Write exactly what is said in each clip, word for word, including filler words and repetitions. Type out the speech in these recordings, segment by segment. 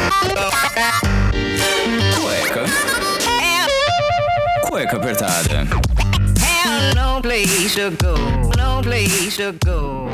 Cueca. Cueca apertada. No place to go, no place to go.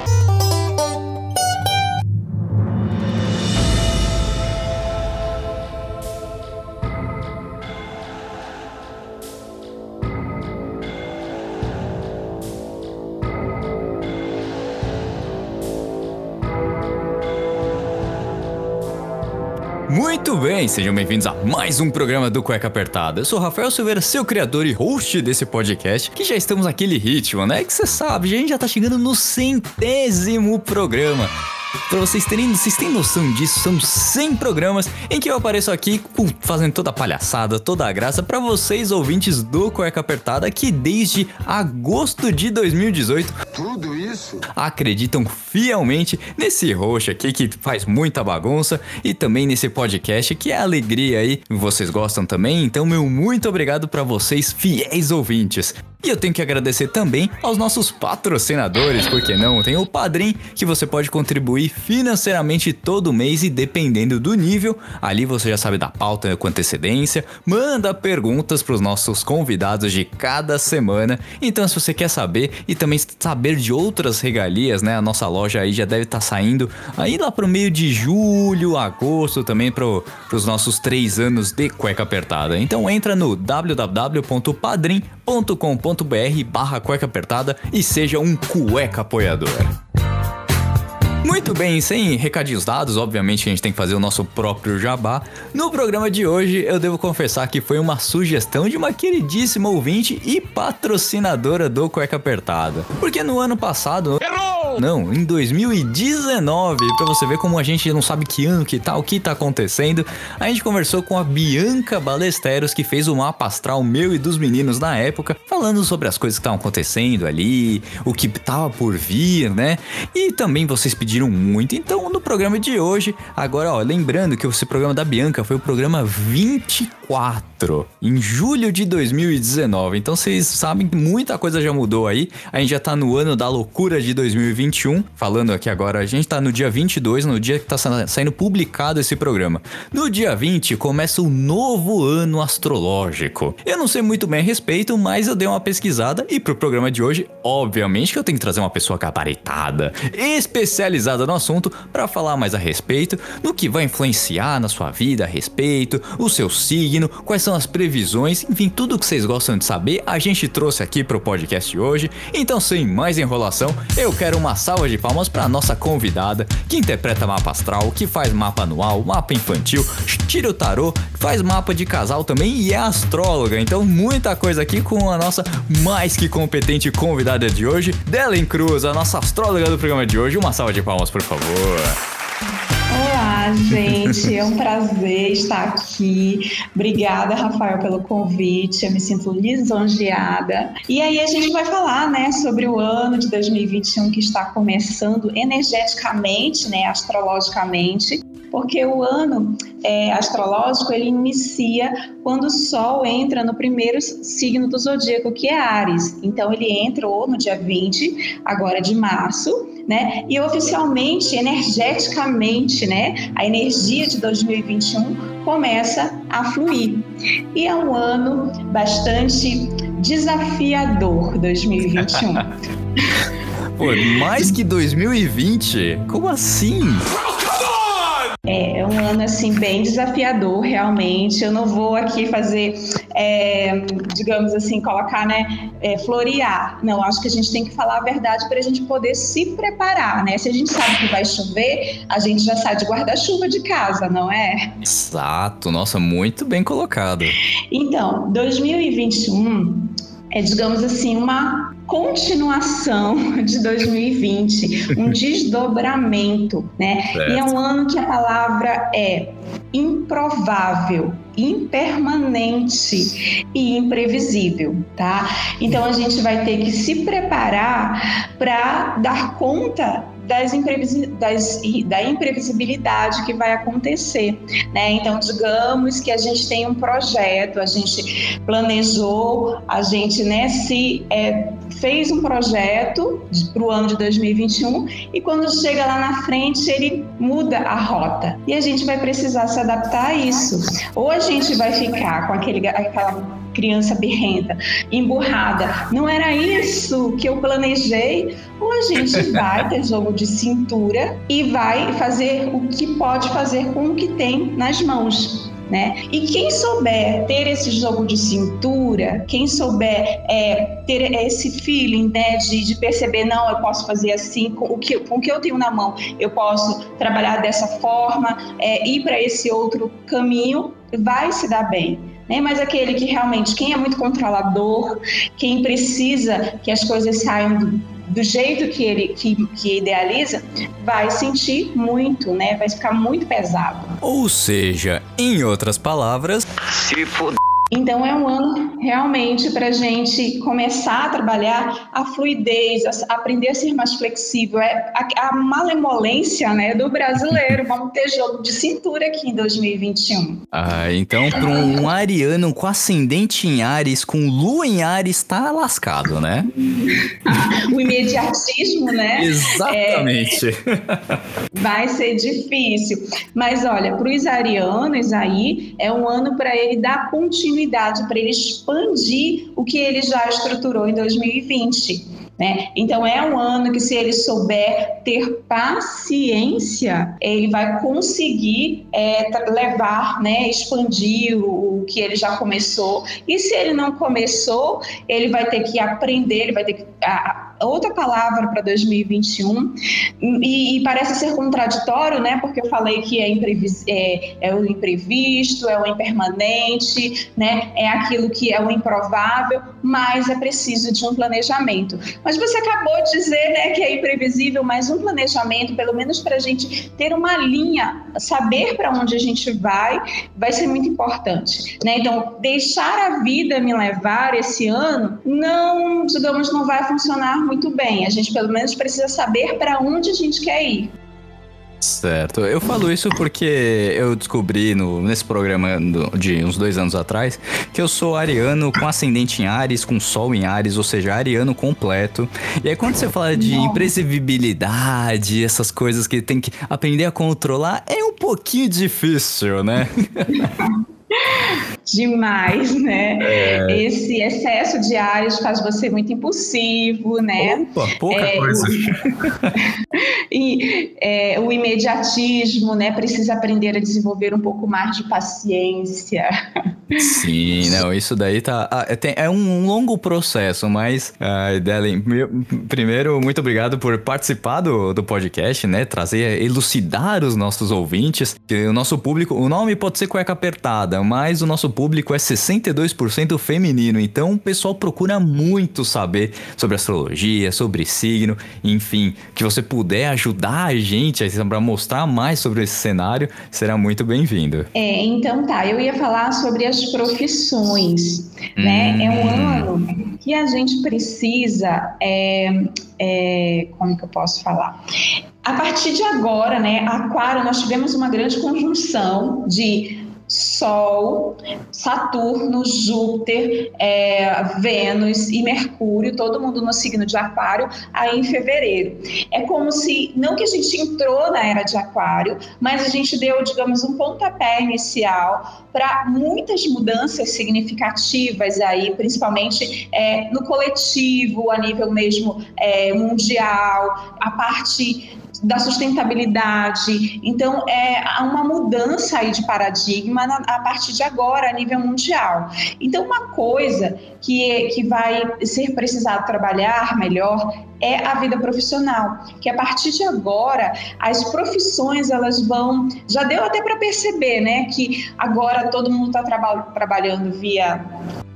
Muito bem, sejam bem-vindos a mais um programa do Cueca Apertada. Eu sou o Rafael Silveira, seu criador e host desse podcast, que já estamos naquele ritmo, né? Que você sabe, a gente já tá chegando no centésimo programa. Pra vocês terem, vocês têm noção disso, são cem programas em que eu apareço aqui fazendo toda a palhaçada, toda a graça pra vocês ouvintes do Cueca Apertada que desde agosto de dois mil e dezoito Tudo isso? acreditam fielmente nesse host aqui que faz muita bagunça e também nesse podcast que é alegria aí, vocês gostam também, então meu muito obrigado pra vocês fiéis ouvintes. E eu tenho que agradecer também aos nossos patrocinadores, porque não? Tem o Padrim, que você pode contribuir financeiramente todo mês e dependendo do nível, ali você já sabe da pauta com antecedência, manda perguntas para os nossos convidados de cada semana. Então se você quer saber e também saber de outras regalias, né? A nossa loja aí já deve estar tá saindo aí lá pro meio de julho, agosto também para os nossos três anos de Cueca Apertada. Então entra no w w w ponto padrim ponto com ponto b r barra cueca apertada e seja um cueca apoiador. Muito bem, sem recadinhos dados, obviamente a gente tem que fazer o nosso próprio jabá. No programa de hoje, eu devo confessar que foi uma sugestão de uma queridíssima ouvinte e patrocinadora do Cueca Apertada. Porque no ano passado... Errou! Não, em dois mil e dezenove, pra você ver como a gente não sabe que ano que tá, o que tá acontecendo, a gente conversou com a Bianca Balesteros, que fez o mapa astral meu e dos meninos na época, falando sobre as coisas que estavam acontecendo ali, o que tava por vir, né? E também vocês pediram muito, então no programa de hoje, agora ó, lembrando que esse programa da Bianca foi o programa vinte e quatro, em julho de dois mil e dezenove, então vocês sabem que muita coisa já mudou aí, a gente já tá no ano da loucura de dois mil e vinte e um, falando aqui agora, a gente tá no dia vinte e dois, no dia que tá saindo publicado esse programa. No dia vinte começa o novo ano astrológico. Eu não sei muito bem a respeito, mas eu dei uma pesquisada e pro programa de hoje, obviamente que eu tenho que trazer uma pessoa gabaritada, especializada no assunto, para falar mais a respeito, no que vai influenciar na sua vida a respeito, o seu signo, quais são as previsões, enfim, tudo que vocês gostam de saber, a gente trouxe aqui pro podcast de hoje. Então, sem mais enrolação, eu quero uma salva de palmas para nossa convidada, que interpreta mapa astral, que faz mapa anual, mapa infantil, tira o tarô, faz mapa de casal também e é astróloga. Então, muita coisa aqui com a nossa mais que competente convidada de hoje, Delen Cruz, a nossa astróloga do programa de hoje. Uma salva de palmas, por favor. Olá, gente, é um prazer estar aqui. Obrigada, Rafael, pelo convite. Eu me sinto lisonjeada. E aí a gente vai falar, né, sobre o ano de dois mil e vinte e um que está começando energeticamente, né, astrologicamente. Porque o ano é, astrológico, ele inicia quando o Sol entra no primeiro signo do zodíaco, que é Áries. Então, ele entra ou no dia vinte, agora de março, né? E oficialmente, energeticamente, né? A energia de dois mil e vinte e um começa a fluir. E é um ano bastante desafiador, dois mil e vinte e um. Pô, mais que dois mil e vinte? Como assim? É um ano, assim, bem desafiador, realmente. Eu não vou aqui fazer, é, digamos assim, colocar, né, é, florear. Não, acho que a gente tem que falar a verdade para a gente poder se preparar, né? Se a gente sabe que vai chover, a gente já sai de guarda-chuva de casa, não é? Exato, nossa, muito bem colocado. Então, dois mil e vinte e um é, digamos assim, uma continuação de dois mil e vinte, um desdobramento, né? Certo. E é um ano que a palavra é improvável, impermanente e imprevisível, tá? Então a gente vai ter que se preparar para dar conta Das imprevisi- das, da imprevisibilidade que vai acontecer, né? Então, digamos que a gente tem um projeto, a gente planejou, a gente, né, se é, fez um projeto para o ano de dois mil e vinte e um e quando chega lá na frente ele muda a rota e a gente vai precisar se adaptar a isso. Ou a gente vai ficar com aquele, aquela criança birrenta, emburrada, não era isso que eu planejei, ou a gente vai ter jogo de cintura e vai fazer o que pode fazer com o que tem nas mãos, né? E quem souber ter esse jogo de cintura, quem souber é, ter esse feeling, né, de, de perceber, não, eu posso fazer assim, com o, que, com o que eu tenho na mão, eu posso trabalhar dessa forma, é, ir para esse outro caminho, vai se dar bem. Né? Mas aquele que realmente, quem é muito controlador, quem precisa que as coisas saiam do, do jeito que ele que, que idealiza, vai sentir muito, né? Vai ficar muito pesado. Ou seja, em outras palavras, Se foda. Então é um ano realmente para a gente começar a trabalhar a fluidez, a aprender a ser mais flexível, é a, a malemolência, né, do brasileiro. Vamos ter jogo de cintura aqui em dois mil e vinte e um. Ah, então para um ariano com ascendente em Áries, com lua em Áries, tá lascado, né? O imediatismo, né? Exatamente. É, vai ser difícil. Mas olha, para os arianos aí, é um ano para ele dar continuidade, para ele expandir o que ele já estruturou em dois mil e vinte. Né? Então é um ano que, se ele souber ter paciência, ele vai conseguir é, levar, né, expandir o, o que ele já começou. E se ele não começou, ele vai ter que aprender, ele vai ter que... A, outra palavra para dois mil e vinte e um, e, e parece ser contraditório, né? Porque eu falei que é, imprevis, é, é o imprevisto, é o impermanente, né? É aquilo que é o improvável, mas é preciso de um planejamento. Mas você acabou de dizer, né, que é imprevisível, mas um planejamento, pelo menos para a gente ter uma linha, saber para onde a gente vai, vai ser muito importante, né? Então, deixar a vida me levar esse ano, não, digamos, não vai funcionar muito bem. A gente pelo menos precisa saber para onde a gente quer ir. Certo, eu falo isso porque eu descobri no, nesse programa de uns dois anos atrás que eu sou ariano com ascendente em Áries, com sol em Áries, ou seja, ariano completo. E aí quando você fala de Nossa. imprevisibilidade, essas coisas que tem que aprender a controlar, é um pouquinho difícil, né? Demais, né? É. Esse excesso de Áries faz você muito impulsivo, né? Opa, pouca é, coisa. O... e é, o imediatismo, né? Precisa aprender a desenvolver um pouco mais de paciência. Sim, não, isso daí tá... Ah, é um longo processo, mas... Ai, Dellen, primeiro, muito obrigado por participar do, do podcast, né? Trazer, elucidar os nossos ouvintes. Que o nosso público... O nome pode ser Cueca Apertada, mas o nosso público é sessenta e dois por cento feminino, então o pessoal procura muito saber sobre astrologia, sobre signo, enfim, que você puder ajudar a gente para mostrar mais sobre esse cenário, será muito bem-vindo. É, então tá, eu ia falar sobre as profissões, hum. né? É um ano que a gente precisa, é, é, como que eu posso falar? A partir de agora, né, Aquário, nós tivemos uma grande conjunção de Sol, Saturno, Júpiter, é, Vênus e Mercúrio, todo mundo no signo de Aquário, aí em fevereiro. É como se, não que a gente entrou na era de Aquário, mas a gente deu, digamos, um pontapé inicial para muitas mudanças significativas aí, principalmente é, no coletivo, a nível mesmo é, mundial, a parte da sustentabilidade. Então, é uma mudança aí de paradigma na, a partir de agora, a nível mundial. Então, uma coisa que, que vai ser precisado trabalhar melhor é a vida profissional, que a partir de agora, as profissões, elas vão... Já deu até para perceber, né, que agora todo mundo está traba- trabalhando via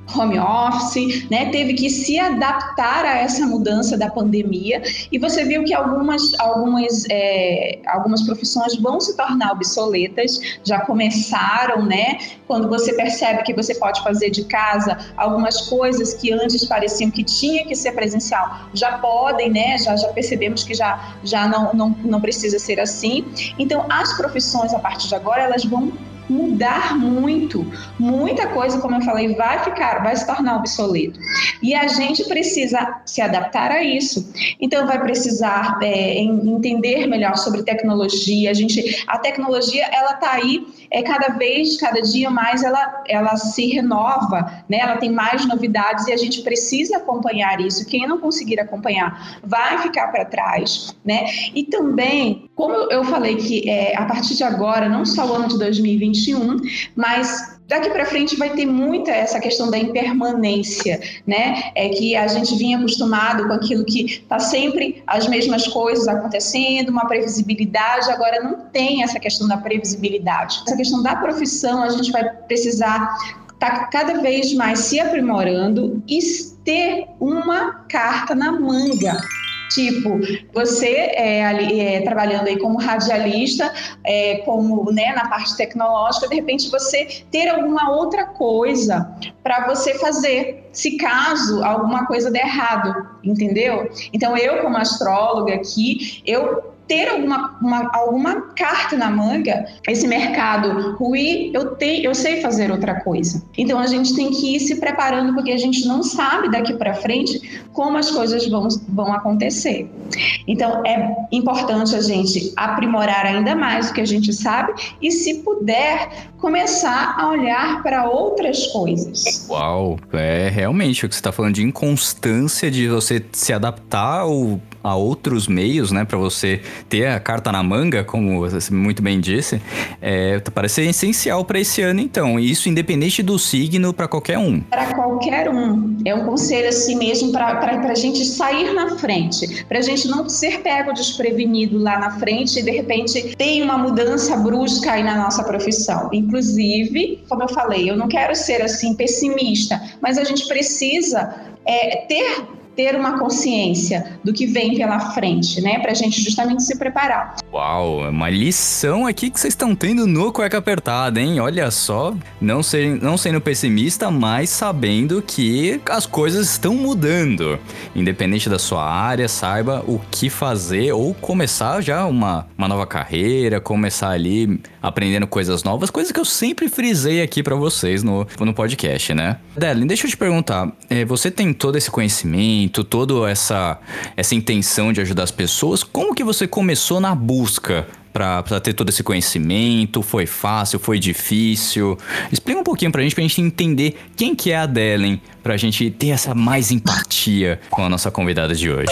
home office, né? Teve que se adaptar a essa mudança da pandemia, e você viu que algumas, algumas, é, algumas profissões vão se tornar obsoletas, já começaram, né? Quando você percebe que você pode fazer de casa algumas coisas que antes pareciam que tinha que ser presencial, já podem, né? Já, já percebemos que já, já não, não, não precisa ser assim. Então, as profissões, a partir de agora, elas vão mudar muito, muita coisa, como eu falei, vai ficar, vai se tornar obsoleto. E a gente precisa se adaptar a isso. Então, vai precisar é, entender melhor sobre tecnologia. A gente, a tecnologia, ela está aí, é, cada vez, cada dia mais, ela, ela se renova, né? Ela tem mais novidades e a gente precisa acompanhar isso. Quem não conseguir acompanhar vai ficar para trás, né? E também, como eu falei que é, a partir de agora, não só o ano de dois mil e vinte e um, mas daqui para frente vai ter muita essa questão da impermanência, né? É que a gente vinha acostumado com aquilo que está sempre as mesmas coisas acontecendo, uma previsibilidade, agora não tem essa questão da previsibilidade. Essa questão da profissão, a gente vai precisar estar cada vez mais se aprimorando e ter uma carta na manga. Tipo, você é, ali, é, trabalhando aí como radialista, é, como, né, na parte tecnológica, de repente você ter alguma outra coisa para você fazer, se caso alguma coisa der errado, entendeu? Então, eu como astróloga aqui, eu ter alguma, uma, alguma carta na manga, esse mercado ruir, eu, te, eu sei fazer outra coisa. Então, a gente tem que ir se preparando, porque a gente não sabe daqui para frente como as coisas vão, vão acontecer. Então, é importante a gente aprimorar ainda mais o que a gente sabe e, se puder, começar a olhar para outras coisas. Uau, é realmente o que você está falando de inconstância, de você se adaptar ao, a outros meios, né, para você ter a carta na manga, como você muito bem disse, é, parece ser essencial para esse ano, então. E isso independente do signo, para qualquer um. Para qualquer um. É um conselho assim mesmo para a gente sair na frente, para a gente não ser pego desprevenido lá na frente e de repente tem uma mudança brusca aí na nossa profissão. Inclusive, como eu falei, eu não quero ser assim pessimista, mas a gente precisa é, ter ter uma consciência do que vem pela frente, né? Pra gente justamente se preparar. Uau, é uma lição aqui que vocês estão tendo no Cueca Apertada, hein? Olha só, não, ser, não sendo pessimista, mas sabendo que as coisas estão mudando. Independente da sua área, saiba o que fazer ou começar já uma, uma nova carreira, começar ali aprendendo coisas novas, coisas que eu sempre frisei aqui pra vocês no, no podcast, né? Delin, deixa eu te perguntar, é, você tem todo esse conhecimento, toda essa, essa intenção de ajudar as pessoas, como que você começou na busca para ter todo esse conhecimento? Foi fácil? Foi difícil? Explica um pouquinho pra gente, pra gente entender quem que é a Delin, pra gente ter essa mais empatia com a nossa convidada de hoje.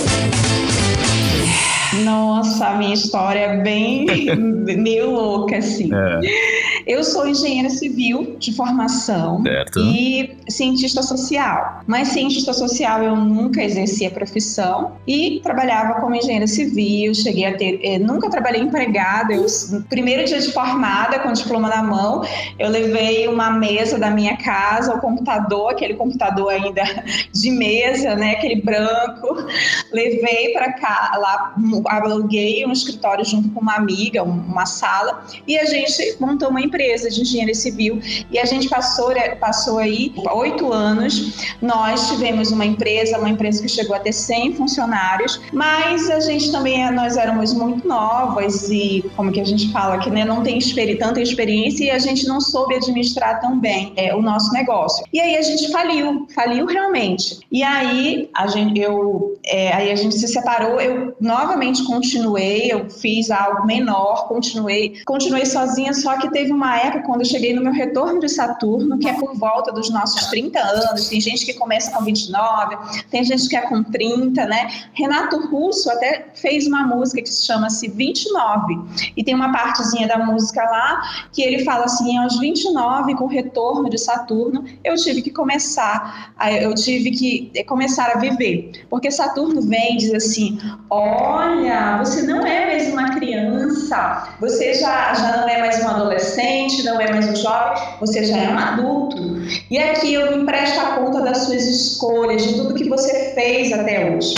Nossa, a minha história é bem meio louca, assim. É. Eu sou engenheira civil de formação, certo, e cientista social. Mas cientista social eu nunca exerci a profissão e trabalhava como engenheira civil, cheguei a ter... Eh, nunca trabalhei empregada. Eu, no primeiro dia de formada, com o diploma na mão, eu levei uma mesa da minha casa, o computador, aquele computador ainda de mesa, né, aquele branco. Levei para cá, lá, aluguei um escritório junto com uma amiga, uma sala, e a gente montou uma empresa de engenharia civil, e a gente passou, passou aí oito anos. Nós tivemos uma empresa, uma empresa que chegou a ter cem funcionários, mas a gente também, nós éramos muito novas e, como que a gente fala aqui, né, não tem experi- tanta experiência, e a gente não soube administrar tão bem é, o nosso negócio. E aí a gente faliu, faliu realmente. E aí a gente, eu, é, aí a gente se separou, eu novamente continuei, eu fiz algo menor, continuei, continuei sozinha, só que teve uma época quando eu cheguei no meu retorno de Saturno, que é por volta dos nossos trinta anos, tem gente que começa com vinte e nove, tem gente que é com trinta, né? Renato Russo até fez uma música que se chama-se vinte e nove, e tem uma partezinha da música lá que ele fala assim: aos vinte e nove, com o retorno de Saturno, eu tive que começar, eu tive que começar a viver, porque Saturno vem e diz assim: olha, você não é mais uma criança, você já, já não é mais um adolescente, adolescente, não é mais um jovem, você já é um adulto. E aqui eu vim prestar conta das suas escolhas, de tudo que você fez até hoje.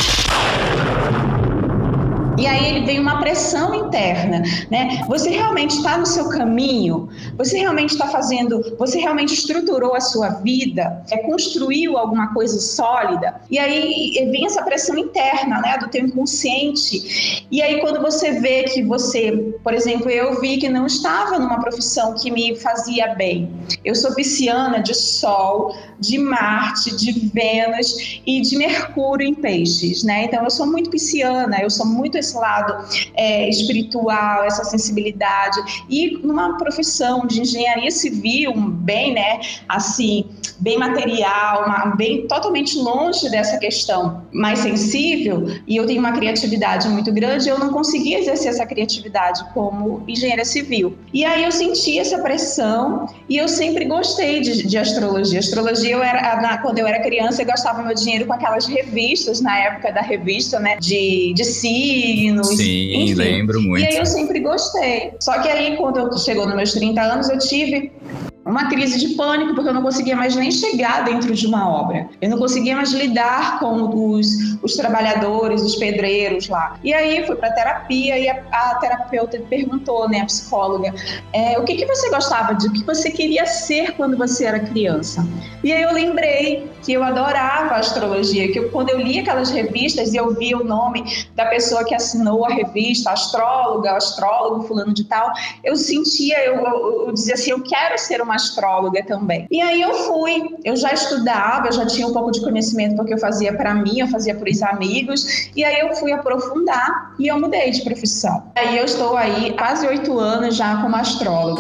E aí vem uma pressão interna, né? Você realmente está no seu caminho? Você realmente está fazendo, você realmente estruturou a sua vida? É, construiu alguma coisa sólida? E aí vem essa pressão interna, né? Do teu inconsciente. E aí quando você vê que você, por exemplo, eu vi que não estava numa profissão que me fazia bem. Eu sou pisciana de Sol, de Marte, de Vênus e de Mercúrio em Peixes, né? Então eu sou muito pisciana, eu sou muito esse lado é, espiritual, essa sensibilidade, e numa profissão de engenharia civil, bem, né, assim, bem material, uma, bem totalmente longe dessa questão mais sensível, e eu tenho uma criatividade muito grande, eu não conseguia exercer essa criatividade como engenheira civil. E aí eu senti essa pressão, e eu sempre gostei de, de astrologia. Astrologia, eu era, na, quando eu era criança, eu gastava meu dinheiro com aquelas revistas, na época da revista, né, de, de signos. Sim, enfim. Lembro muito. E aí eu sempre gostei. Só que aí, quando eu chegou nos meus trinta anos, eu tive uma crise de pânico, porque eu não conseguia mais nem chegar dentro de uma obra. Eu não conseguia mais lidar com os, os trabalhadores, os pedreiros lá. E aí fui para terapia e a, a terapeuta perguntou, né, a psicóloga, é, o que, que você gostava de, o que você queria ser quando você era criança? E aí eu lembrei que eu adorava a astrologia, que eu, quando eu li aquelas revistas e eu via o nome da pessoa que assinou a revista, astróloga, astrólogo, fulano de tal, eu sentia, eu, eu, eu dizia assim, eu quero ser uma astróloga também. E aí eu fui, eu já estudava, eu já tinha um pouco de conhecimento porque eu fazia para mim, eu fazia por os amigos, e aí eu fui aprofundar e eu mudei de profissão. Aí eu estou aí quase oito anos já como astróloga.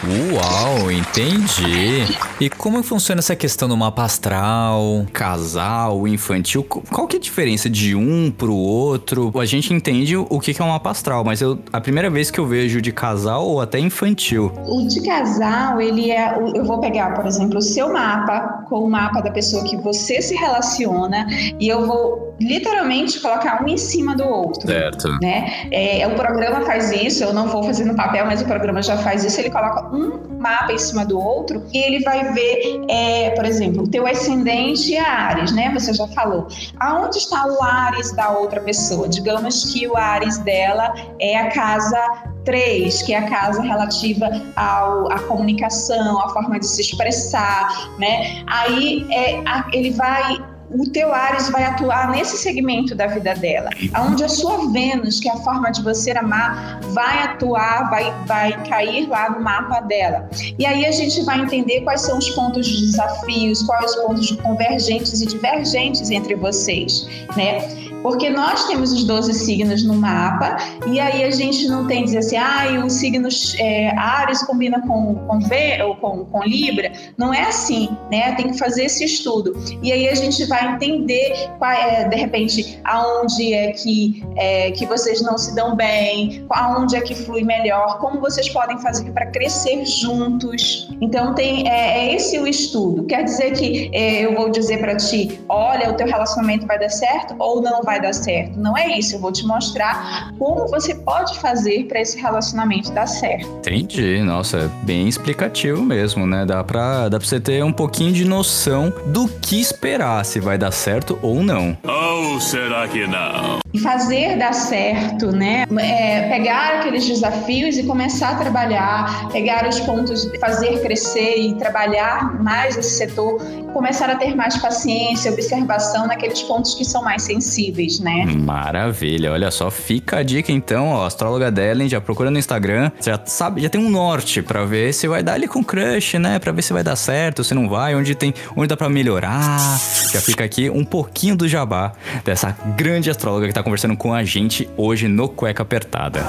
Uau, entendi. E como funciona essa questão do mapa astral, casal, infantil? Qual que é a diferença de um pro outro? A gente entende o que é um mapa astral, mas eu, a primeira vez que eu vejo de casal ou até infantil. O de casal, ele é, eu vou pegar, por exemplo, o seu mapa com o mapa da pessoa que você se relaciona e eu vou literalmente colocar um em cima do outro. Certo. Né? É, o programa faz isso, eu não vou fazer no papel, mas o programa já faz isso. Ele coloca um mapa em cima do outro e ele vai ver, é, por exemplo, o teu ascendente é Áries, né? Você já falou. Aonde está o Áries da outra pessoa? Digamos que o Áries dela é a casa três, que é a casa relativa ao, à comunicação, à forma de se expressar, né? Aí é, a, ele vai... o teu Áries vai atuar nesse segmento da vida dela, onde a sua Vênus, que é a forma de você amar, vai atuar, vai, vai cair lá no mapa dela. E aí a gente vai entender quais são os pontos de desafios, quais os pontos de convergentes e divergentes entre vocês, né? Porque nós temos os doze signos no mapa e aí a gente não tem dizer assim, ah, o signo é, Áries combina com, com, v, ou com, com Libra. Não é assim, né? Tem que fazer esse estudo. E aí a gente vai entender, qual é, de repente, aonde é que, é que vocês não se dão bem, aonde é que flui melhor, como vocês podem fazer para crescer juntos. Então, tem, é, é esse o estudo. Quer dizer que é, eu vou dizer para ti, olha, o teu relacionamento vai dar certo ou não vai dar certo. Não é isso, eu vou te mostrar como você pode fazer para esse relacionamento dar certo. Entendi, nossa, é bem explicativo mesmo, né? Dá pra, dá pra você ter um pouquinho de noção do que esperar, se vai dar certo ou não. Ou será que não? E fazer dar certo, né? É, pegar aqueles desafios e começar a trabalhar, pegar os pontos, fazer crescer e trabalhar mais esse setor, começar a ter mais paciência, observação naqueles pontos que são mais sensíveis, né? Maravilha, olha só, fica a dica então, ó, astróloga Dellen, já procura no Instagram, já sabe, já tem um norte pra ver se vai dar ali com crush, né? Pra ver se vai dar certo, se não vai, onde tem, onde dá pra melhorar. Já fica aqui um pouquinho do jabá dessa grande astróloga que tá conversando com a gente hoje no Cueca Apertada.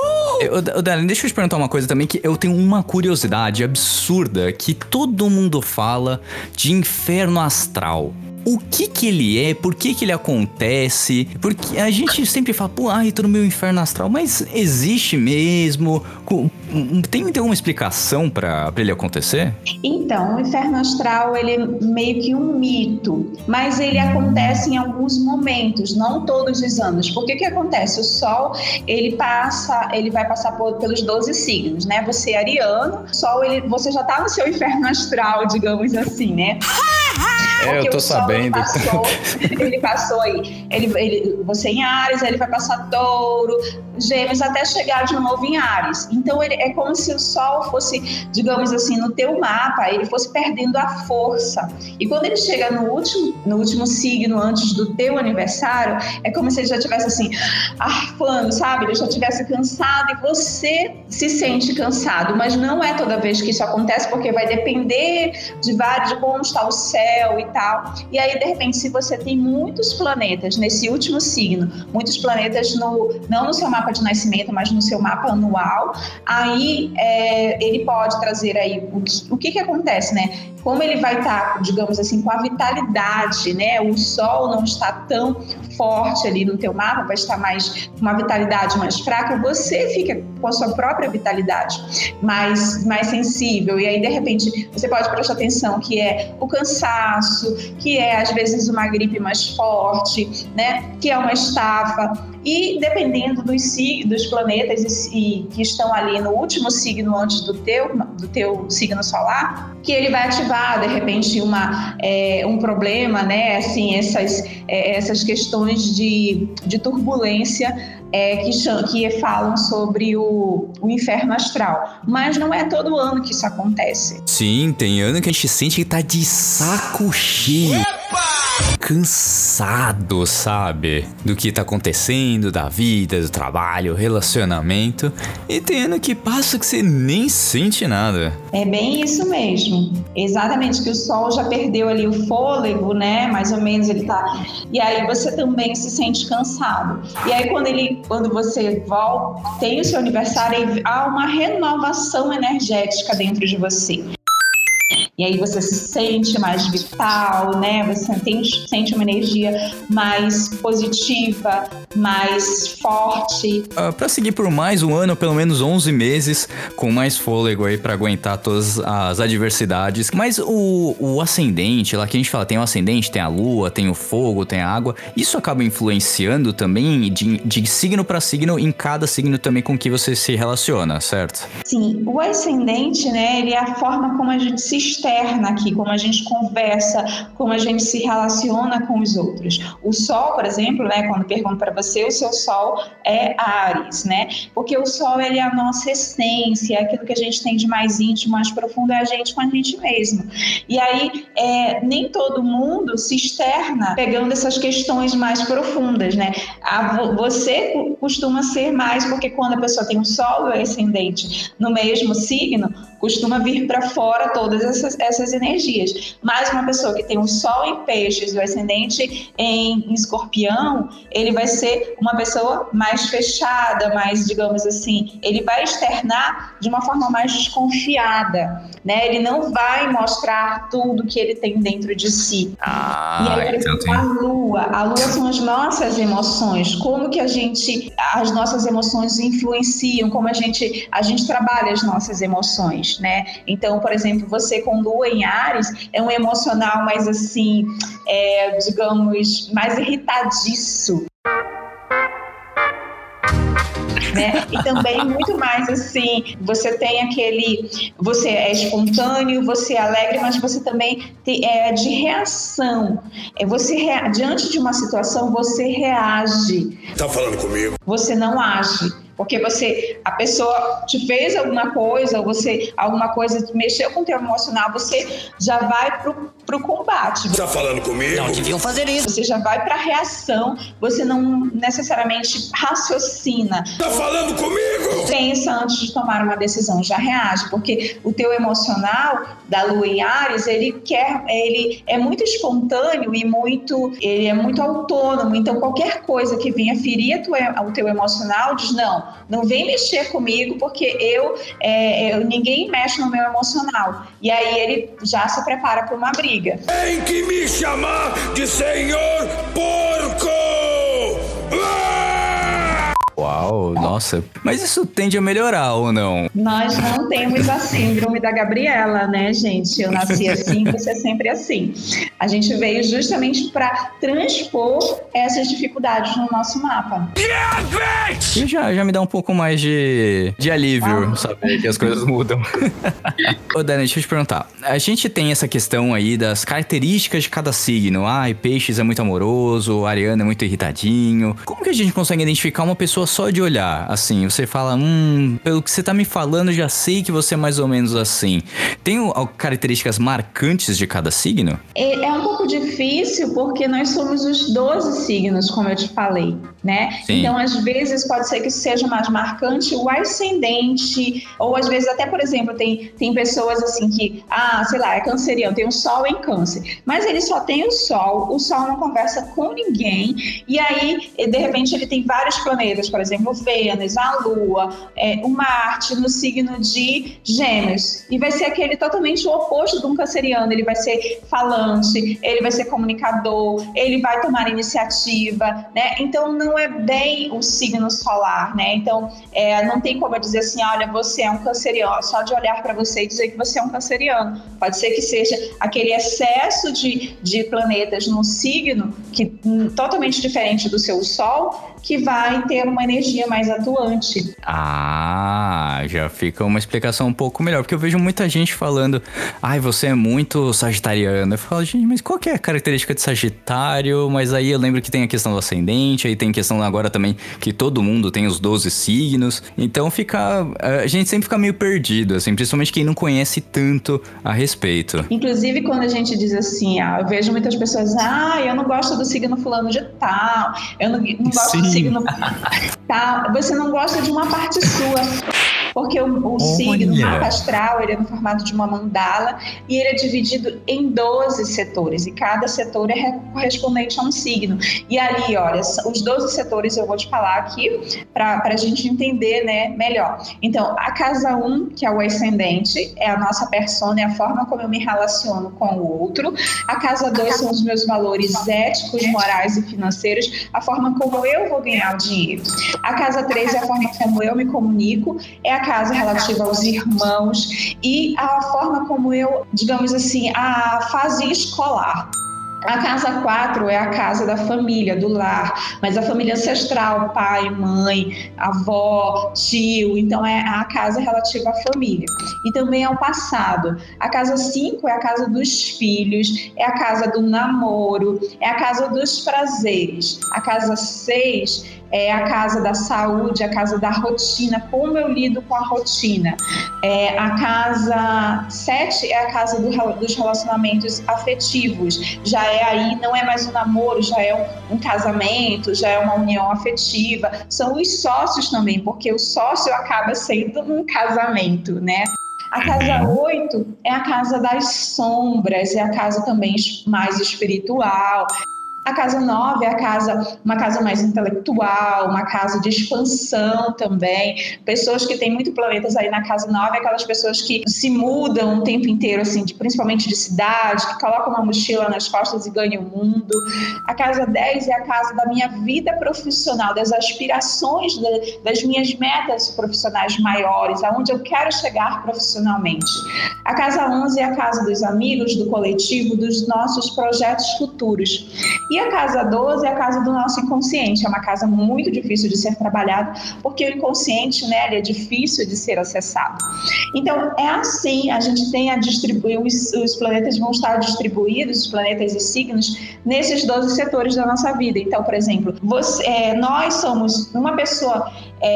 Eu, Dellen, deixa eu te perguntar uma coisa também, que eu tenho uma curiosidade absurda, que todo mundo fala de inferno astral. o que que ele é, por que que ele acontece, porque a gente sempre fala, pô, ai, tô no meu inferno astral, mas existe mesmo? Tem, tem alguma explicação pra, pra ele acontecer? Então, o inferno astral, ele é meio que um mito, mas ele acontece em alguns momentos, não todos os anos. Por que que acontece? O Sol, ele passa, ele vai passar por, pelos doze signos, né? Você é ariano, o Sol, ele, você já tá no seu inferno astral, digamos assim, né? É, eu tô sabendo. Ele passou, ele passou aí, ele, ele, você em Áries, aí ele vai passar Touro, Gêmeos, até chegar de novo em Áries. Então, ele, é como se o Sol fosse, digamos assim, no teu mapa, ele fosse perdendo a força. E quando ele chega no último, no último signo, antes do teu aniversário, é como se ele já tivesse assim, arfando, sabe? Ele já tivesse cansado e você se sente cansado. Mas não é toda vez que isso acontece, porque vai depender de vários, de como está o céu e tal. E aí, de repente, se você tem muitos planetas nesse último signo, muitos planetas no, não no seu mapa de nascimento, mas no seu mapa anual, aí é, ele pode trazer aí o que, o que que acontece, né? Como ele vai estar, digamos assim, com a vitalidade, né? O Sol não está tão forte ali no teu mapa, vai estar mais com uma vitalidade mais fraca, você fica com a sua própria vitalidade mais, mais sensível. E aí, de repente, você pode prestar atenção que é o cansaço, que é, às vezes, uma gripe mais forte, né? Que é uma estafa. E dependendo dos, dos planetas e, e, que estão ali no último signo antes do teu, do teu signo solar, que ele vai ativar, de repente, uma, é, um problema, né? Assim, essas, é, essas questões de, de turbulência é, que, que falam sobre o, o inferno astral. Mas não é todo ano que isso acontece. Sim, tem ano que a gente sente que tá de saco cheio. Cansado, sabe? Do que tá acontecendo, da vida, do trabalho, relacionamento. E tem ano que passa que você nem sente nada. É bem isso mesmo. Exatamente, que o Sol já perdeu ali o fôlego, né? Mais ou menos ele tá... E aí você também se sente cansado. E aí quando, ele, quando você volta, tem o seu aniversário, há uma renovação energética dentro de você. E aí você se sente mais vital, né? Você tem, sente uma energia mais positiva, mais forte. Uh, pra seguir por mais um ano, pelo menos onze meses, com mais fôlego aí pra aguentar todas as adversidades. Mas o, o ascendente, lá que a gente fala, tem o ascendente, tem a lua, tem o fogo, tem a água. Isso acaba influenciando também de, de signo pra signo, em cada signo também com que você se relaciona, certo? Sim, o ascendente, né? Ele é a forma como a gente se externa aqui, como a gente conversa, como a gente se relaciona com os outros. O Sol, por exemplo, né, quando pergunto para você, o seu Sol é Áries, né? Porque o Sol, ele é a nossa essência, é aquilo que a gente tem de mais íntimo, mais profundo, é a gente com a gente mesmo. E aí, é, nem todo mundo se externa pegando essas questões mais profundas, né? A, você costuma ser mais, porque quando a pessoa tem um Sol e o ascendente no mesmo signo, costuma vir para fora todas essas, essas energias. Mas uma pessoa que tem o Sol em Peixes e o ascendente em Escorpião, ele vai ser uma pessoa mais fechada, mais, digamos assim, ele vai externar de uma forma mais desconfiada, né? Ele não vai mostrar tudo que ele tem dentro de si. Ah, e aí, por exemplo, a Lua, a Lua são as nossas emoções, como que a gente, as nossas emoções influenciam, como a gente, a gente trabalha as nossas emoções, né? Então, por exemplo, você com Lua em Áries é um emocional mais assim, é, digamos, mais irritadiço. Né? E também muito mais assim, você tem aquele, você é espontâneo, você é alegre, mas você também tem, é de reação. É, você rea, diante de uma situação, você reage. Tá falando comigo? Você não age. Porque você, a pessoa te fez alguma coisa, ou você, alguma coisa mexeu com o teu emocional, você já vai pro, pro combate. Tá falando comigo? Não deviam fazer isso. Você já vai pra reação, você não necessariamente raciocina. Tá falando comigo? Pensa antes de tomar uma decisão, já reage, porque o teu emocional da Lua em Áries, ele quer, ele é muito espontâneo e muito, ele é muito autônomo, então qualquer coisa que venha ferir a tua, o teu emocional, diz não, não, não vem mexer comigo porque eu, é, eu ninguém mexe no meu emocional. E aí ele já se prepara para uma briga. Tem que me chamar de Senhor Porco! Ah! Uau, nossa. Mas isso tende a melhorar ou não? Nós não temos a síndrome da Gabriela, né, gente? Eu nasci assim, você é sempre assim. A gente veio justamente para transpor essas dificuldades no nosso mapa. E já, já me dá um pouco mais de, de alívio, Ah. saber que as coisas mudam. Ô, Dani, deixa eu te perguntar. A gente tem essa questão aí das características de cada signo. Ai, peixes é muito amoroso, ariano é muito irritadinho. Como que a gente consegue identificar uma pessoa só de olhar? Assim, você fala, hum, pelo que você tá me falando, já sei que você é mais ou menos assim. Tem o- características marcantes de cada signo? É é um pouco difícil porque nós somos os doze signos, como eu te falei, né? Sim. Então, às vezes, pode ser que seja mais marcante o ascendente, ou às vezes até, por exemplo, tem, tem pessoas assim que, ah, sei lá, é canceriano, tem um sol em câncer, mas ele só tem o sol, o sol não conversa com ninguém, e aí, de repente, ele tem vários planetas, por exemplo, Vênus, a Lua, é, o Marte no signo de Gêmeos, e vai ser aquele totalmente o oposto de um canceriano, ele vai ser falante, ele vai ser comunicador, ele vai tomar iniciativa, né? Então não é bem o signo solar, né? Então é, não tem como eu dizer assim, olha, você é um canceriano, só de olhar para você e dizer que você é um canceriano. Pode ser que seja aquele excesso de, de planetas num signo que hum, totalmente diferente do seu Sol, que vai ter uma energia mais atuante. Ah, já fica uma explicação um pouco melhor. Porque eu vejo muita gente falando, ai, você é muito sagitariano. Eu falo, gente, mas qual que é a característica de Sagitário? Mas aí eu lembro que tem a questão do ascendente, aí tem questão agora também que todo mundo tem os doze signos. Então fica, a gente sempre fica meio perdido, assim, principalmente quem não conhece tanto a respeito. Inclusive, quando a gente diz assim, ah, eu vejo muitas pessoas, ah, eu não gosto do signo fulano de tal, eu não, não gosto Sim. do signo tal. Você não gosta de uma parte sua. Porque o, o signo, o mapa astral, ele é no formato de uma mandala e ele é dividido em doze setores. E cada setor é correspondente a um signo. E ali, olha, os doze setores eu vou te falar aqui para a gente entender, né, melhor. Então, a casa um, que é o ascendente, é a nossa persona, é a forma como eu me relaciono com o outro. A casa dois são os meus valores éticos, morais e financeiros, a forma como eu vou ganhar o dinheiro. A casa três é a forma como eu me comunico, é a casa relativa aos irmãos e a forma como eu, digamos assim, a fase escolar. A casa quatro é a casa da família, do lar, mas a família ancestral, pai, mãe, avó, tio, então é a casa relativa à família. E também ao passado. A casa cinco é a casa dos filhos, é a casa do namoro, é a casa dos prazeres. A casa seis é a casa da saúde, a casa da rotina, como eu lido com a rotina. É, a casa sete é a casa do, dos relacionamentos afetivos. Já é aí, não é mais um namoro, já é um, um casamento, já é uma união afetiva. São os sócios também, porque o sócio acaba sendo um casamento, né? A casa oito é a casa das sombras, é a casa também mais espiritual. A casa nove é a casa, uma casa mais intelectual, uma casa de expansão também. Pessoas que têm muito planetas aí na casa nove, aquelas pessoas que se mudam o tempo inteiro, assim, de, principalmente de cidade, que colocam uma mochila nas costas e ganham o mundo. A casa dez é a casa da minha vida profissional, das aspirações, de, das minhas metas profissionais maiores, aonde eu quero chegar profissionalmente. A casa onze é a casa dos amigos, do coletivo, dos nossos projetos futuros. E a casa doze é a casa do nosso inconsciente, é uma casa muito difícil de ser trabalhada, porque o inconsciente, né, ele é difícil de ser acessado. Então, é assim, a gente tem a distribuir, os, os planetas vão estar distribuídos, os planetas e signos, nesses doze setores da nossa vida. Então, por exemplo, você, é, nós somos uma pessoa...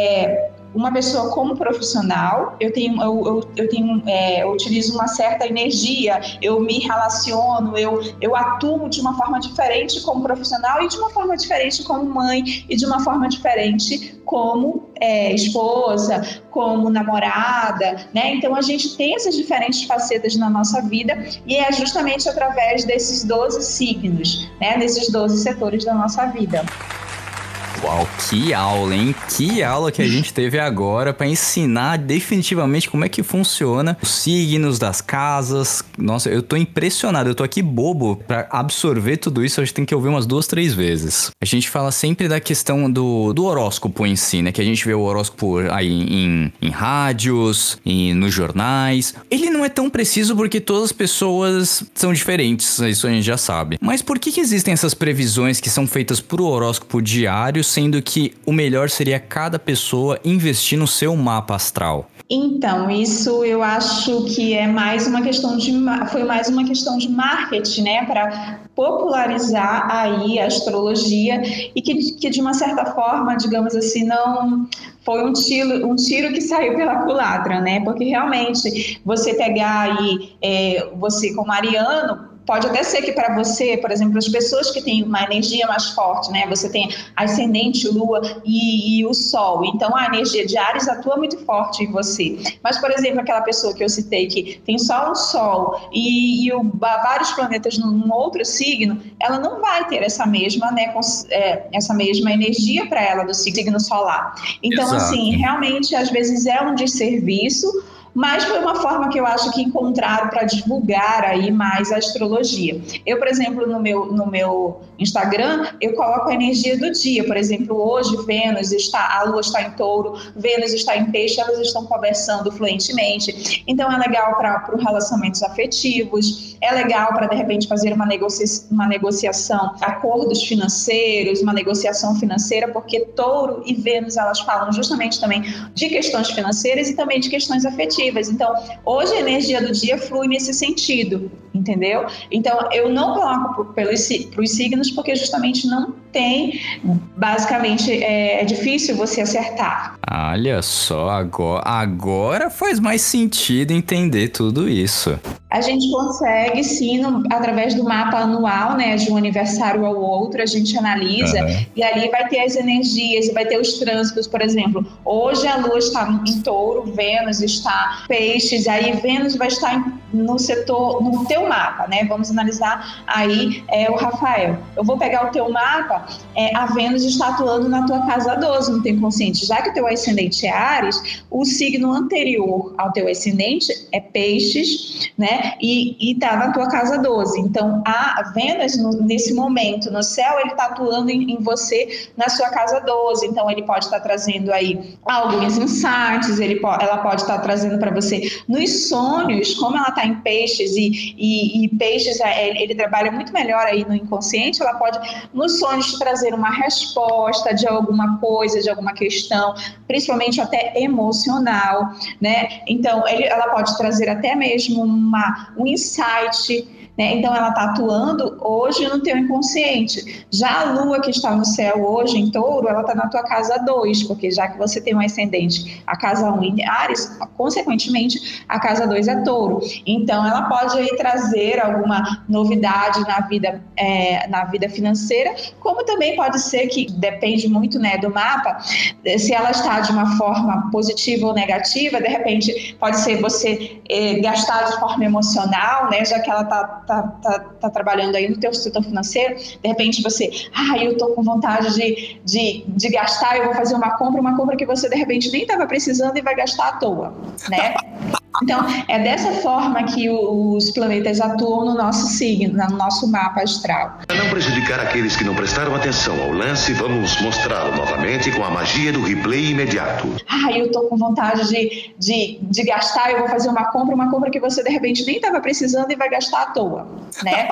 É, uma pessoa como profissional, eu tenho, eu, eu, eu, tenho é, eu utilizo uma certa energia, eu me relaciono, eu, eu atuo de uma forma diferente como profissional e de uma forma diferente como mãe e de uma forma diferente como é, esposa, como namorada, né? Então a gente tem essas diferentes facetas na nossa vida e é justamente através desses doze signos, né? Desses doze setores da nossa vida. Uau, que aula, hein? Que aula que a gente teve agora pra ensinar definitivamente como é que funciona os signos das casas. Nossa, eu tô impressionado, eu tô aqui bobo pra absorver tudo isso. A gente tem que ouvir umas duas, três vezes. A gente fala sempre da questão do, do horóscopo em si, né? Que a gente vê o horóscopo aí em, em rádios, em, nos jornais. Ele não é tão preciso porque todas as pessoas são diferentes, isso a gente já sabe. Mas por que que existem essas previsões que são feitas pro horóscopo diário, sendo que o melhor seria cada pessoa investir no seu mapa astral? Então, isso eu acho que é mais uma questão de, foi mais uma questão de marketing, né, para popularizar aí a astrologia e que, que de uma certa forma, digamos assim, não foi um tiro, um tiro que saiu pela culatra, né, porque realmente você pegar aí, é, você como ariano, pode até ser que para você, por exemplo, as pessoas que têm uma energia mais forte, né? Você tem ascendente, lua e, e o sol. Então, a energia de Áries atua muito forte em você. Mas, por exemplo, aquela pessoa que eu citei que tem só o sol e, e o, vários planetas num, num outro signo, ela não vai ter essa mesma, né, cons, é, essa mesma energia para ela do signo solar. Então, Exato. assim, realmente, às vezes é um desserviço, mas foi uma forma que eu acho que encontraram para divulgar aí mais a astrologia. Eu, por exemplo, no meu, no meu Instagram, eu coloco a energia do dia. Por exemplo, hoje Vênus está, a Lua está em Touro, Vênus está em Peixe, elas estão conversando fluentemente. Então é legal para os relacionamentos afetivos, é legal para, de repente, fazer uma, negocia, uma negociação, acordos financeiros, uma negociação financeira, porque Touro e Vênus, elas falam justamente também de questões financeiras e também de questões afetivas. Então, hoje a energia do dia flui nesse sentido, entendeu? Então, eu não coloco para os signos porque justamente não tem, basicamente, é, é difícil você acertar. Olha só, agora, agora faz mais sentido entender tudo isso. A gente consegue, sim, no, através do mapa anual, né, de um aniversário ao outro, a gente analisa, uhum. e ali vai ter as energias, vai ter os trânsitos, por exemplo. Hoje a Lua está em Touro, Vênus está em Peixes, aí Vênus vai estar em, no setor, no teu mapa, né? Vamos analisar aí é, o Rafael. Eu vou pegar o teu mapa, é, a Vênus está atuando na tua casa doze, no teu inconsciente. Já que o teu ascendente é Áries, o signo anterior ao teu ascendente é Peixes, né? E está na tua casa doze. Então, a Vênus, no, nesse momento, no céu, ele está atuando em, em você na sua casa doze. Então, ele pode estar tá trazendo aí alguns insights, ele po- ela pode estar tá trazendo para você nos sonhos, como ela está em Peixes, e, e, e Peixes, ele, ele trabalha muito melhor aí no inconsciente, ela pode, nos sonhos, te trazer uma resposta de alguma coisa, de alguma questão, principalmente até emocional, né? Então, ele, ela pode trazer até mesmo uma, um insight, né? Então, ela está atuando hoje no teu inconsciente. Já a Lua que está no céu hoje, em Touro, ela está na tua casa dois, porque já que você tem um ascendente, a casa um em Áries, consequentemente, a casa dois é Touro. Então, ela pode aí trazer alguma novidade na vida, é, na vida financeira, como também pode ser que, depende muito, né, do mapa, se ela está de uma forma positiva ou negativa, de repente, pode ser você é, gastar de forma emocional, né, já que ela está Tá, tá, tá trabalhando aí no teu setor financeiro, de repente você, ah, eu tô com vontade de, de, de gastar, eu vou fazer uma compra, uma compra que você de repente nem estava precisando e vai gastar à toa, né? Então, é dessa forma que os planetas atuam no nosso signo, no nosso mapa astral. Para não prejudicar aqueles que não prestaram atenção ao lance, vamos mostrá-lo novamente com a magia do replay imediato. Ah, eu tô com vontade de, de, de gastar, eu vou fazer uma compra, uma compra que você de repente nem estava precisando e vai gastar à toa, né?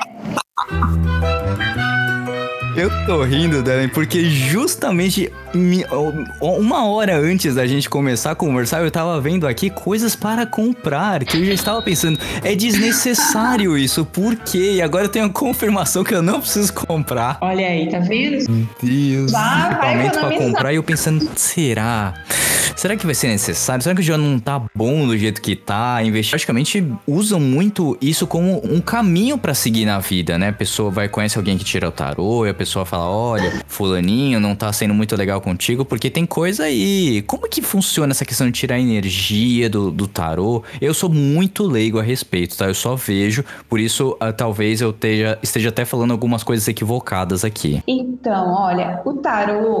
Eu tô rindo, Dani, porque justamente uma hora antes da gente começar a conversar, eu tava vendo aqui coisas para comprar, que eu já estava pensando, é desnecessário isso, por quê? E agora eu tenho a confirmação que eu não preciso comprar. Olha aí, tá vendo? Meu Deus, vai, equipamento pra comprar, e eu pensando, será? Será que vai ser necessário? Será que já não tá bom do jeito que tá? Investir, praticamente usam muito isso como um caminho pra seguir na vida, né? A pessoa vai, conhece alguém que tira o tarô, e a pessoa fala, olha, fulaninho não tá sendo muito legal contigo, porque tem coisa aí. Como que funciona essa questão de tirar a energia do, do tarô? Eu sou muito leigo a respeito, tá? Eu só vejo, por isso uh, talvez eu esteja, esteja até falando algumas coisas equivocadas aqui. Então, olha, o tarô,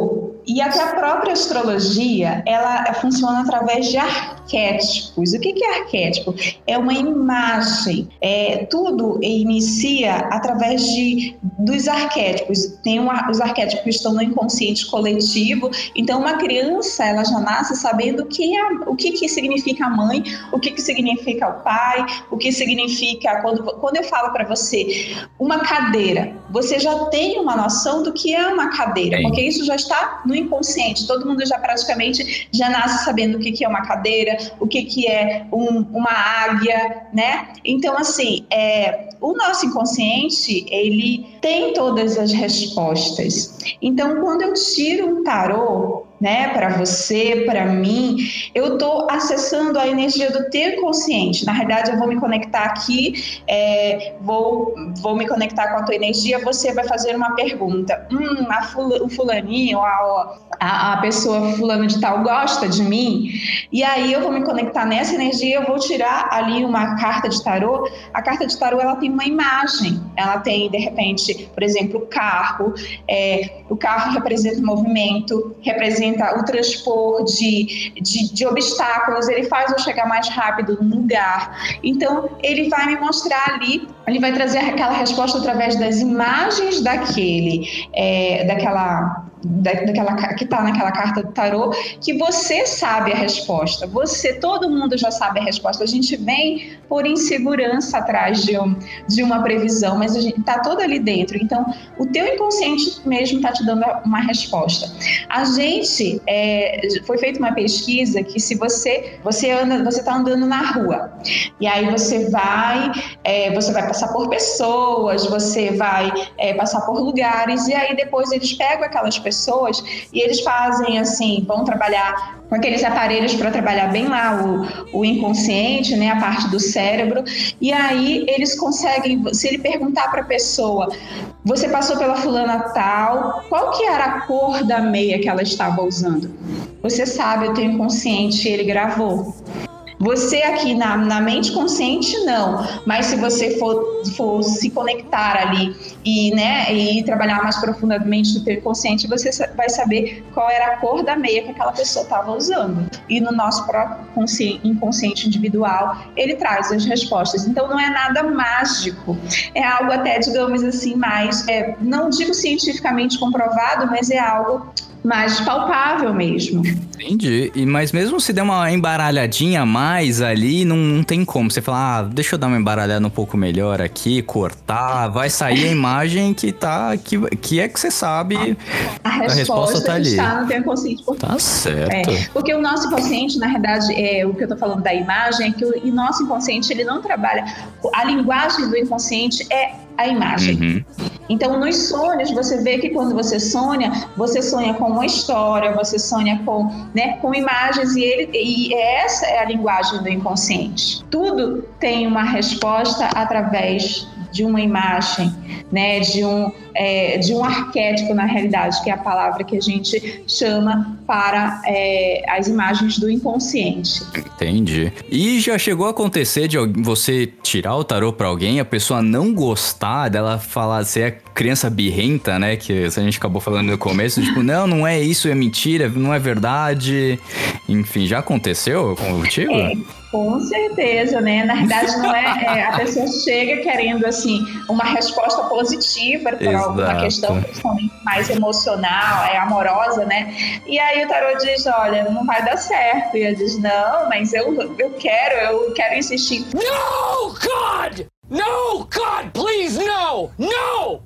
e até a própria astrologia, ela funciona através de arquétipos. O que que é arquétipo? É uma imagem. É, tudo inicia através de, dos arquétipos. Tem uma, os arquétipos que estão no inconsciente coletivo. Então, uma criança, ela já nasce sabendo o que, é, o que, que significa a mãe, o que, que significa o pai, o que significa... Quando, quando eu falo para você uma cadeira, você já tem uma noção do que é uma cadeira, porque isso já está no inconsciente. Todo mundo já praticamente já nasce sabendo o que, que é uma cadeira, o que, que é um, uma águia, né? Então, assim, é, o nosso inconsciente, ele tem todas as respostas. Então, quando eu tiro um tarô, né, para você, para mim, eu estou acessando a energia do teu inconsciente. Na realidade, eu vou me conectar aqui, é, vou, vou me conectar com a tua energia, você vai fazer uma pergunta. Hum, a fula, o fulaninho, a, a, a pessoa fulano de tal gosta de mim? E aí eu vou me conectar nessa energia, eu vou tirar ali uma carta de tarô. A carta de tarô, ela tem uma imagem. Ela tem, de repente, por exemplo, o carro. É, o carro representa o movimento, representa o transpor de, de, de obstáculos, ele faz eu chegar mais rápido no lugar. Então, ele vai me mostrar ali, ele vai trazer aquela resposta através das imagens daquele, é, daquela... Da, daquela, que está naquela carta do tarô, que você sabe a resposta, você, todo mundo já sabe a resposta. A gente vem por insegurança atrás de, um, de uma previsão, mas a gente está todo ali dentro. Então, o teu inconsciente mesmo está te dando uma resposta. A gente, é, foi feita uma pesquisa que se você, você anda, você está andando na rua, e aí você vai, é, você vai passar por pessoas, você vai é, passar por lugares, e aí depois eles pegam aquelas pessoas pessoas e eles fazem assim, vão trabalhar com aqueles aparelhos para trabalhar bem lá o, o inconsciente, né, a parte do cérebro, e aí eles conseguem, se ele perguntar para a pessoa, você passou pela fulana tal, qual que era a cor da meia que ela estava usando? Você sabe, o teu inconsciente, ele gravou. Você aqui na, na mente consciente, não. Mas se você for, for se conectar ali e, né, e trabalhar mais profundamente no teu inconsciente, você vai saber qual era a cor da meia que aquela pessoa estava usando. E no nosso próprio inconsciente individual, ele traz as respostas. Então, não é nada mágico. É algo até, digamos assim, mais... É, não digo cientificamente comprovado, mas é algo mais palpável mesmo. Entendi. E, mas mesmo se der uma embaralhadinha a mais ali, não, não tem como. Você falar, ah, deixa eu dar uma embaralhada um pouco melhor aqui, cortar, vai sair a imagem que tá, que, que é que você sabe, a resposta, a resposta tá ali. Está no teu inconsciente. Tá certo. É, porque o nosso inconsciente, na verdade, é, o que eu tô falando da imagem, é que o, o nosso inconsciente, ele não trabalha, a linguagem do inconsciente é a imagem. Uhum. Então, nos sonhos, você vê que quando você sonha, você sonha com uma história, você sonha com, né, com imagens, e, ele, e essa é a linguagem do inconsciente. Tudo tem uma resposta através de uma imagem, né, de um, é, de um arquétipo, na realidade, que é a palavra que a gente chama para é, as imagens do inconsciente. Entendi. E já chegou a acontecer de você tirar o tarô para alguém, a pessoa não gostar dela, falar, você é criança birrenta, né, que a gente acabou falando no começo, tipo, não, não é isso, é mentira, não é verdade, enfim, já aconteceu contigo? É. Com certeza, né? Na verdade, não é, é a pessoa chega querendo assim uma resposta positiva para alguma questão, principalmente mais emocional, é amorosa, né? E aí o tarô diz, olha, não vai dar certo. E ela diz, não, mas eu, eu quero, eu quero insistir. No, God! No, God, please, no! No!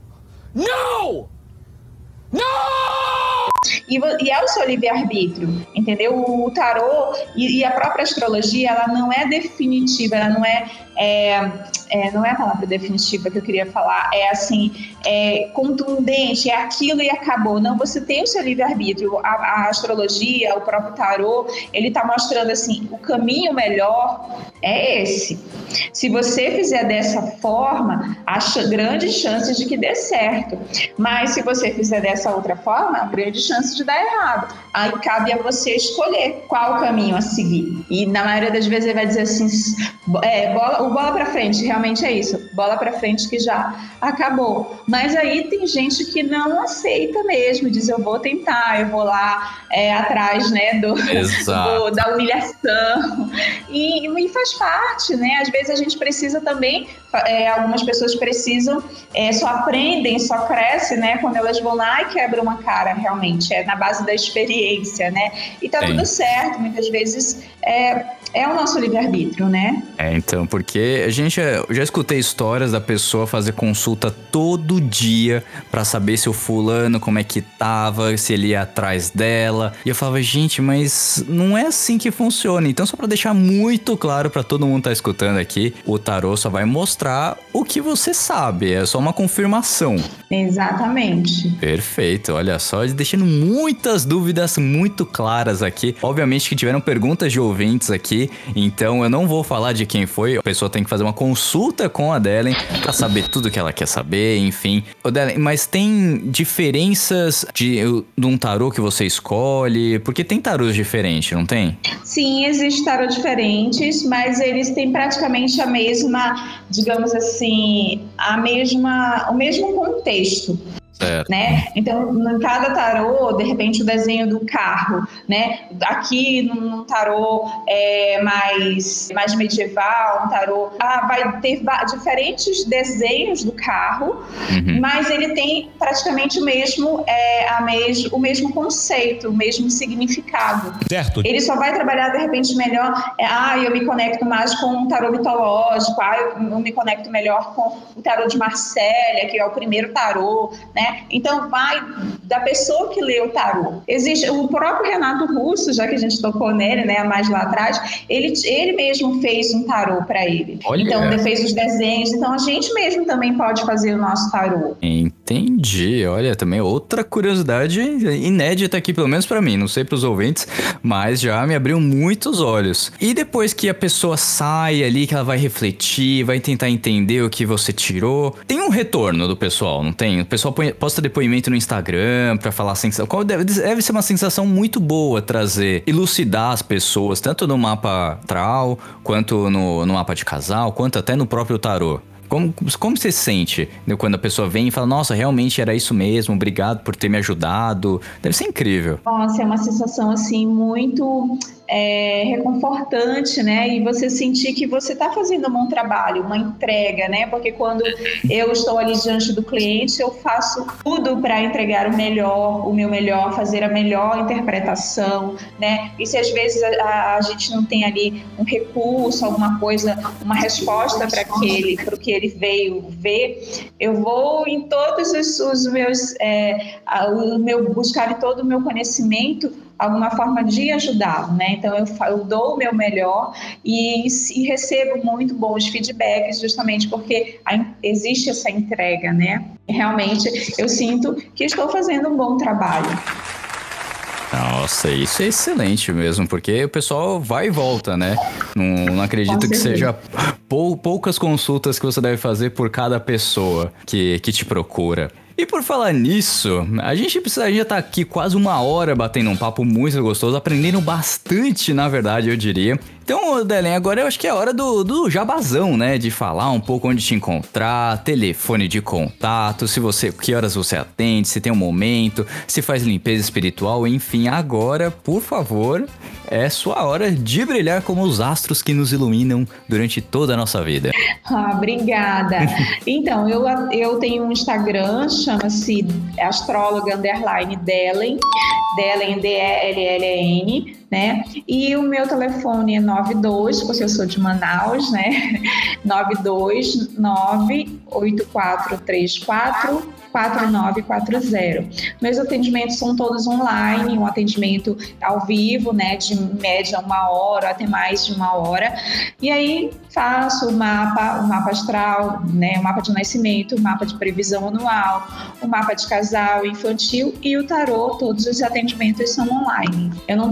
No! No! E, e é o seu livre-arbítrio, entendeu? O tarô e, e a própria astrologia, ela não é definitiva, ela não é, é, é, não é a palavra definitiva que eu queria falar, é assim, é contundente, é aquilo e acabou. Não, você tem o seu livre-arbítrio. A, a astrologia, o próprio tarô, ele está mostrando assim, o caminho melhor é esse. Se você fizer dessa forma, há grandes chances de que dê certo. Mas se você fizer dessa outra forma, há grandes chance de dar errado. Aí cabe a você escolher qual o caminho a seguir. E na maioria das vezes ele vai dizer assim, é, bola, o bola pra frente, realmente é isso, bola pra frente que já acabou. Mas aí tem gente que não aceita mesmo, diz eu vou tentar, eu vou lá é, atrás, né, do, do, da humilhação. E, e faz parte, né? Às vezes a gente precisa também, é, algumas pessoas precisam, é, só aprendem, só crescem, né, quando elas vão lá e quebram uma cara, realmente, é na base da experiência, né? E tá Sim. tudo certo, muitas vezes é, é o nosso livre-arbítrio, né? É, então, porque a gente, eu já escutei histórias da pessoa fazer consulta todo dia pra saber se o fulano, como é que tava, se ele ia atrás dela. E eu falava, gente, mas não é assim que funciona. Então, só pra deixar muito claro pra todo mundo que tá escutando aqui, o tarô só vai mostrar o que você sabe, é só uma confirmação. Exatamente. Perfeito, olha só, deixando muitas dúvidas muito claras aqui. Obviamente que tiveram perguntas de ouvintes aqui, então eu não vou falar de quem foi, a pessoa tem que fazer uma consulta com a Dellen pra saber tudo que ela quer saber, enfim. Ô Dellen, mas tem diferenças de, de um tarô que você escolhe? Porque tem tarôs diferentes, não tem? Sim, existem tarôs diferentes, mas eles têm praticamente a mesma, digamos assim, a mesma, o mesmo contexto. Certo. Né? Então, em cada tarô, de repente, o desenho do carro, né? Aqui, num tarô é, mais, mais medieval, um tarô, ah, vai ter diferentes desenhos do carro, uhum. mas ele tem praticamente o mesmo, é, a mes, o mesmo conceito, o mesmo significado. Certo. Ele só vai trabalhar, de repente, melhor, é, ah, eu me conecto mais com um tarô mitológico, ah, eu, eu me conecto melhor com o tarô de Marsella, que é o primeiro tarô, né? Então vai da pessoa que lê o tarô. Existe o próprio Renato Russo, já que a gente tocou nele, né, mais lá atrás, ele, ele mesmo fez um tarô para ele. Olha. Então ele fez os desenhos. Então a gente mesmo também pode fazer o nosso tarô. Entendi. Olha, também outra curiosidade inédita aqui, pelo menos para mim, não sei para os ouvintes, mas já me abriu muitos olhos. E depois que a pessoa sai ali, que ela vai refletir, vai tentar entender o que você tirou, tem um retorno do pessoal, não tem? O pessoal põe, posta depoimento no Instagram pra falar a sensação. Qual deve, deve ser uma sensação muito boa trazer, elucidar as pessoas, tanto no mapa astral, quanto no, no mapa de casal, quanto até no próprio tarô. Como, como você se sente, né, quando a pessoa vem e fala, nossa, realmente era isso mesmo, obrigado por ter me ajudado. Deve ser incrível. Nossa, é uma sensação assim muito é, reconfortante, né? E você sentir que você está fazendo um bom trabalho, uma entrega, né? Porque quando eu estou ali diante do cliente, eu faço tudo para entregar o melhor, o meu melhor, fazer a melhor interpretação, né? E se às vezes a, a gente não tem ali um recurso, alguma coisa, uma resposta para aquele, para o que ele veio ver, eu vou em todos os, os meus, é, o meu, buscar em todo o meu conhecimento alguma forma de ajudá-lo, né? Então eu, eu dou o meu melhor e, e recebo muito bons feedbacks, justamente porque a, existe essa entrega, né? Realmente eu sinto que estou fazendo um bom trabalho. Nossa, isso é excelente mesmo, porque o pessoal vai e volta, né? Não, não acredito que seja pou, poucas consultas que você deve fazer por cada pessoa que, que te procura. E por falar nisso, a gente precisaria estar aqui quase uma hora batendo um papo muito gostoso, aprendendo bastante, na verdade, eu diria. Então, Dellen, agora eu acho que é a hora do, do jabazão, né? De falar um pouco onde te encontrar, telefone de contato, se você, que horas você atende, se tem um momento, se faz limpeza espiritual, enfim. Agora, por favor, é sua hora de brilhar como os astros que nos iluminam durante toda a nossa vida. Ah, obrigada. Então, eu, eu tenho um Instagram, chama-se astróloga underline Dellen, Dellen, D E L L E N, né? E o meu telefone é nove dois, porque eu sou de Manaus, né? nove dois nove oito quatro três quatro quatro nove quatro zero. Meus atendimentos são todos online, um atendimento ao vivo, né, de média uma hora, até mais de uma hora. E aí faço o mapa, o mapa astral, né, o mapa de nascimento, o mapa de previsão anual, o mapa de casal infantil e o tarô. Todos os atendimentos são online. Eu não tenho um site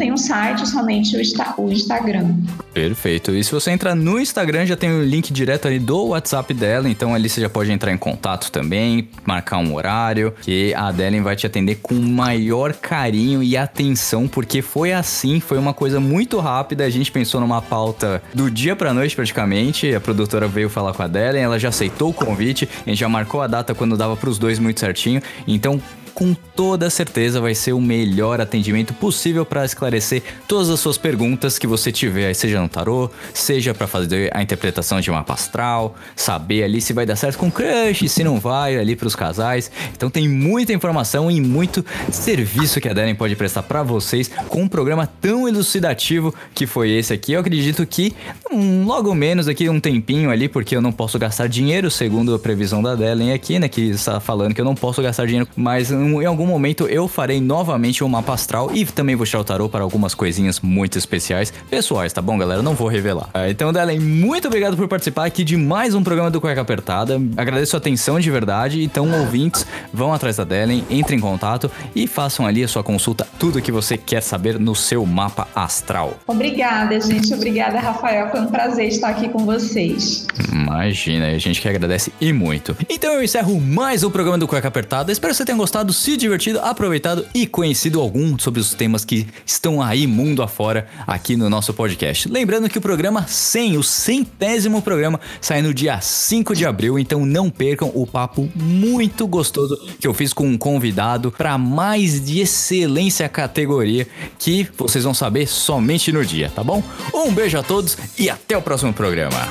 site, somente o, Insta- o Instagram. Perfeito. E se você entrar no Instagram, já tem o link direto ali do WhatsApp dela, então ali você já pode entrar em contato também, marcar um horário, que a Adelen vai te atender com o maior carinho e atenção, porque foi assim, foi uma coisa muito rápida, a gente pensou numa pauta do dia pra noite praticamente, a produtora veio falar com a Adelen, ela já aceitou o convite, a gente já marcou a data quando dava pros dois muito certinho, então com toda certeza vai ser o melhor atendimento possível para esclarecer todas as suas perguntas que você tiver, seja no tarô, seja para fazer a interpretação de mapa astral, saber ali se vai dar certo com o crush, se não vai, ali para os casais. Então tem muita informação e muito serviço que a Adelen pode prestar para vocês com um programa tão elucidativo que foi esse aqui. Eu acredito que um, logo menos aqui um tempinho ali, porque eu não posso gastar dinheiro, segundo a previsão da Adelen aqui, né, que está falando que eu não posso gastar dinheiro, mas em algum momento eu farei novamente um mapa astral e também vou tirar o tarô para algumas coisinhas muito especiais, pessoais, tá bom, galera? Não vou revelar. Então, Adelen, muito obrigado por participar aqui de mais um programa do Cueca Apertada. Agradeço a atenção de verdade. Então, ouvintes, vão atrás da Adelen, entrem em contato e façam ali a sua consulta, tudo que você quer saber no seu mapa astral. Obrigada, gente. Obrigada, Rafael. Foi um prazer estar aqui com vocês. Imagina, a gente que agradece e muito. Então eu encerro mais um programa do Cueca Apertada. Espero que você tenha gostado, se divertido, aproveitado e conhecido algum sobre os temas que estão aí mundo afora aqui no nosso podcast. Lembrando que o programa cem, o centésimo programa, sai no dia cinco de abril, então não percam o papo muito gostoso que eu fiz com um convidado para mais de excelência categoria que vocês vão saber somente no dia, tá bom? Um beijo a todos e até o próximo programa.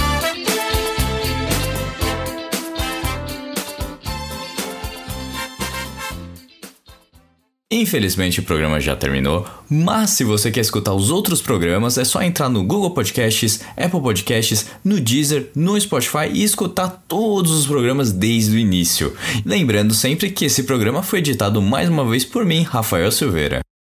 Infelizmente o programa já terminou, mas se você quer escutar os outros programas é só entrar no Google Podcasts, Apple Podcasts, no Deezer, no Spotify e escutar todos os programas desde o início. Lembrando sempre que esse programa foi editado mais uma vez por mim, Rafael Silveira.